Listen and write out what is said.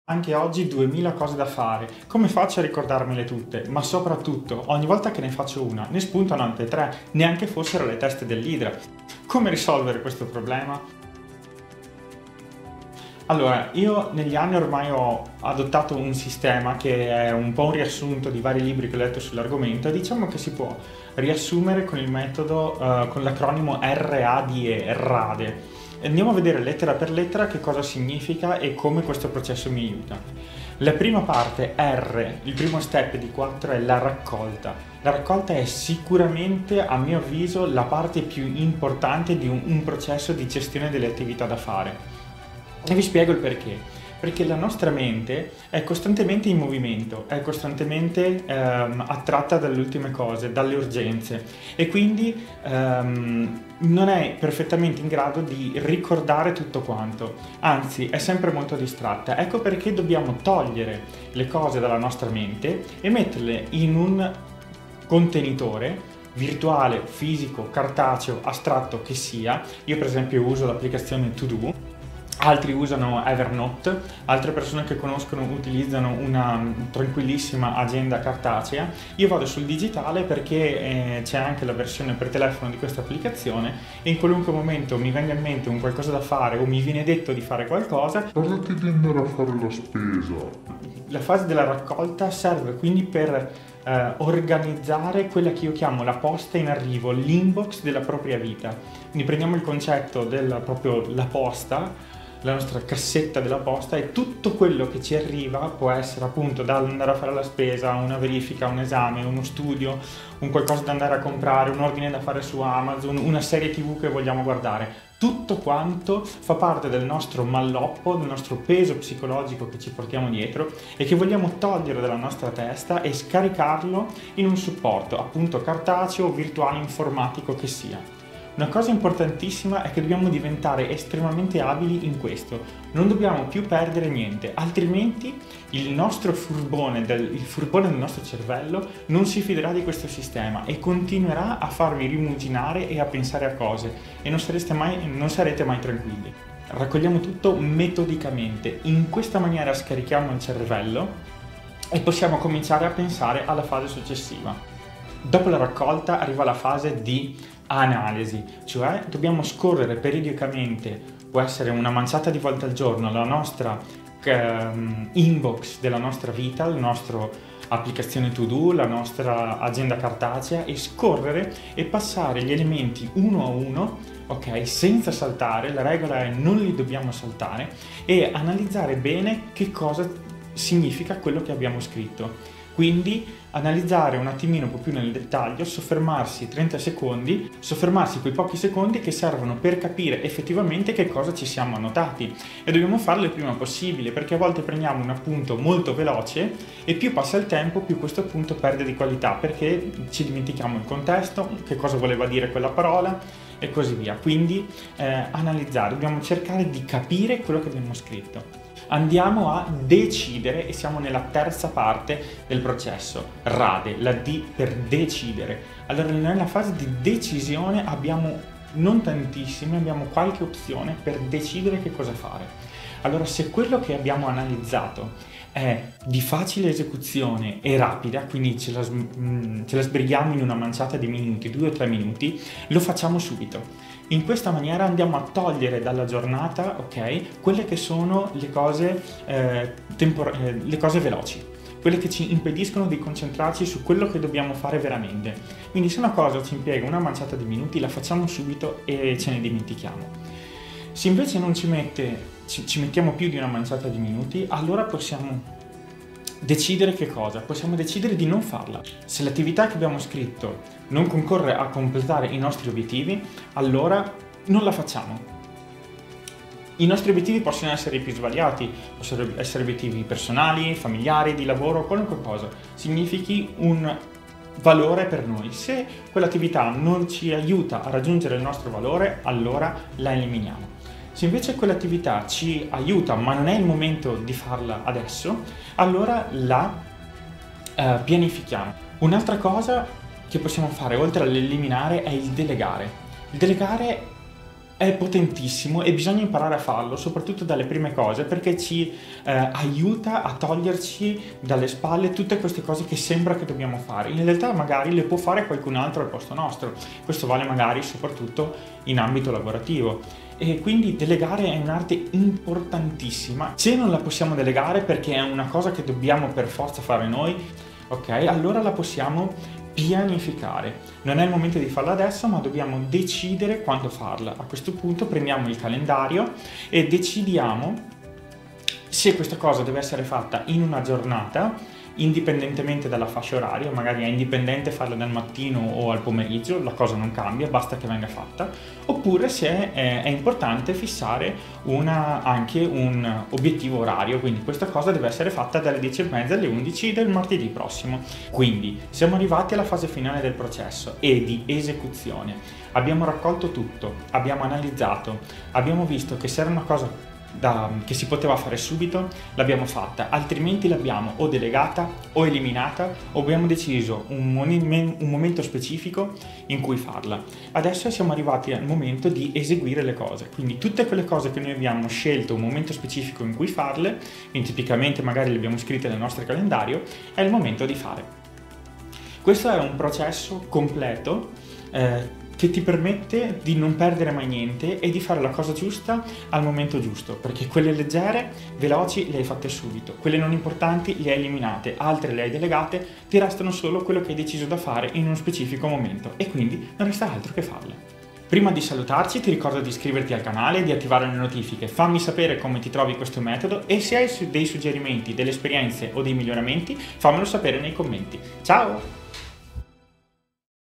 Anche oggi 2000 cose da fare. Come faccio a ricordarmele tutte? Ma soprattutto, ogni volta che ne faccio una, ne spuntano altre tre, neanche fossero le teste dell'idra. Come risolvere questo problema? Allora, io negli anni ormai ho adottato un sistema che è un po' un riassunto di vari libri che ho letto sull'argomento e diciamo che si può riassumere con il metodo, con l'acronimo RADE, RADE. Andiamo a vedere lettera per lettera che cosa significa e come questo processo mi aiuta. La prima parte, R, il primo step di 4 è la raccolta. La raccolta è sicuramente, a mio avviso, la parte più importante di un processo di gestione delle attività da fare. E vi spiego il perché. Perché la nostra mente è costantemente in movimento, è costantemente attratta dalle ultime cose, dalle urgenze e quindi non è perfettamente in grado di ricordare tutto quanto, anzi è sempre molto distratta. Ecco perché dobbiamo togliere le cose dalla nostra mente e metterle in un contenitore virtuale, fisico, cartaceo, astratto che sia. Io per esempio uso l'applicazione To Do. Altri usano Evernote, altre persone che conoscono utilizzano una tranquillissima agenda cartacea. Io vado sul digitale perché c'è anche la versione per telefono di questa applicazione e in qualunque momento mi venga in mente un qualcosa da fare o mi viene detto di fare qualcosa, Parlati di andare a fare la spesa. la fase della raccolta serve quindi per organizzare quella che io chiamo la posta in arrivo, l'inbox della propria vita. Quindi prendiamo il concetto della proprio la posta, la nostra cassetta della posta e tutto quello che ci arriva può essere appunto da andare a fare la spesa, una verifica, un esame, uno studio, un qualcosa da andare a comprare, un ordine da fare su Amazon, una serie TV che vogliamo guardare. Tutto quanto fa parte del nostro malloppo, del nostro peso psicologico che ci portiamo dietro e che vogliamo togliere dalla nostra testa e scaricarlo in un supporto, appunto cartaceo, virtuale, informatico che sia. Una cosa importantissima è che dobbiamo diventare estremamente abili in questo, non dobbiamo più perdere niente, altrimenti il furbone del nostro cervello non si fiderà di questo sistema e continuerà a farvi rimuginare e a pensare a cose e non sarete mai tranquilli. Raccogliamo tutto metodicamente, in questa maniera scarichiamo il cervello e possiamo cominciare a pensare alla fase successiva. Dopo la raccolta arriva la fase di analisi, cioè dobbiamo scorrere periodicamente, può essere una manciata di volte al giorno, la nostra inbox della nostra vita, la nostra applicazione To Do, la nostra agenda cartacea e scorrere e passare gli elementi uno a uno, ok, senza saltare, la regola è non li dobbiamo saltare e analizzare bene che cosa significa quello che abbiamo scritto. Quindi analizzare un attimino un po' più nel dettaglio, soffermarsi 30 secondi, soffermarsi quei pochi secondi che servono per capire effettivamente che cosa ci siamo annotati e dobbiamo farlo il prima possibile perché a volte prendiamo un appunto molto veloce e più passa il tempo più questo appunto perde di qualità perché ci dimentichiamo il contesto, che cosa voleva dire quella parola e così via. Quindi analizzare, dobbiamo cercare di capire quello che abbiamo scritto. Andiamo a decidere e siamo nella terza parte del processo, RADE, la D per decidere. Allora nella fase di decisione abbiamo non tantissime, abbiamo qualche opzione per decidere che cosa fare. Allora se quello che abbiamo analizzato è di facile esecuzione e rapida, quindi ce la sbrighiamo in una manciata di minuti, 2 o 3 minuti, lo facciamo subito. In questa maniera andiamo a togliere dalla giornata, ok, quelle che sono le cose veloci, quelle che ci impediscono di concentrarci su quello che dobbiamo fare veramente. Quindi se una cosa ci impiega una manciata di minuti, la facciamo subito e ce ne dimentichiamo. Se invece non ci mettiamo più di una manciata di minuti, allora possiamo decidere che cosa? Possiamo decidere di non farla. Se l'attività che abbiamo scritto non concorre a completare i nostri obiettivi, allora non la facciamo. I nostri obiettivi possono essere i più svariati, possono essere obiettivi personali, familiari, di lavoro, qualunque cosa significhi un valore per noi. Se quell'attività non ci aiuta a raggiungere il nostro valore, allora la eliminiamo. Se invece quell'attività ci aiuta ma non è il momento di farla adesso, allora la pianifichiamo. Un'altra cosa che possiamo fare oltre all'eliminare è il delegare. Il delegare è potentissimo e bisogna imparare a farlo, soprattutto dalle prime cose, perché ci aiuta a toglierci dalle spalle tutte queste cose che sembra che dobbiamo fare. In realtà magari le può fare qualcun altro al posto nostro. Questo vale magari soprattutto in ambito lavorativo. E quindi delegare è un'arte importantissima. Se non la possiamo delegare perché è una cosa che dobbiamo per forza fare noi, ok, allora la possiamo pianificare. Non è il momento di farla adesso, ma dobbiamo decidere quando farla. A questo punto prendiamo il calendario e decidiamo se questa cosa deve essere fatta in una giornata, indipendentemente dalla fascia oraria. Magari è indipendente farla dal mattino o al pomeriggio, la cosa non cambia, basta che venga fatta, oppure se è importante fissare anche un obiettivo orario, quindi questa cosa deve essere fatta dalle 10:30 alle 11 del martedì prossimo. Quindi siamo arrivati alla fase finale del processo e di esecuzione. Abbiamo raccolto tutto, abbiamo analizzato, abbiamo visto che se era una cosa che si poteva fare subito, l'abbiamo fatta, altrimenti l'abbiamo o delegata o eliminata, o abbiamo deciso un momento specifico in cui farla. Adesso siamo arrivati al momento di eseguire le cose, quindi tutte quelle cose che noi abbiamo scelto un momento specifico in cui farle, quindi tipicamente magari le abbiamo scritte nel nostro calendario, è il momento di fare. Questo è un processo completo che ti permette di non perdere mai niente e di fare la cosa giusta al momento giusto, perché quelle leggere, veloci, le hai fatte subito, quelle non importanti le hai eliminate, altre le hai delegate, ti restano solo quello che hai deciso da fare in uno specifico momento e quindi non resta altro che farle. Prima di salutarci ti ricordo di iscriverti al canale e di attivare le notifiche, fammi sapere come ti trovi questo metodo e se hai dei suggerimenti, delle esperienze o dei miglioramenti fammelo sapere nei commenti. Ciao!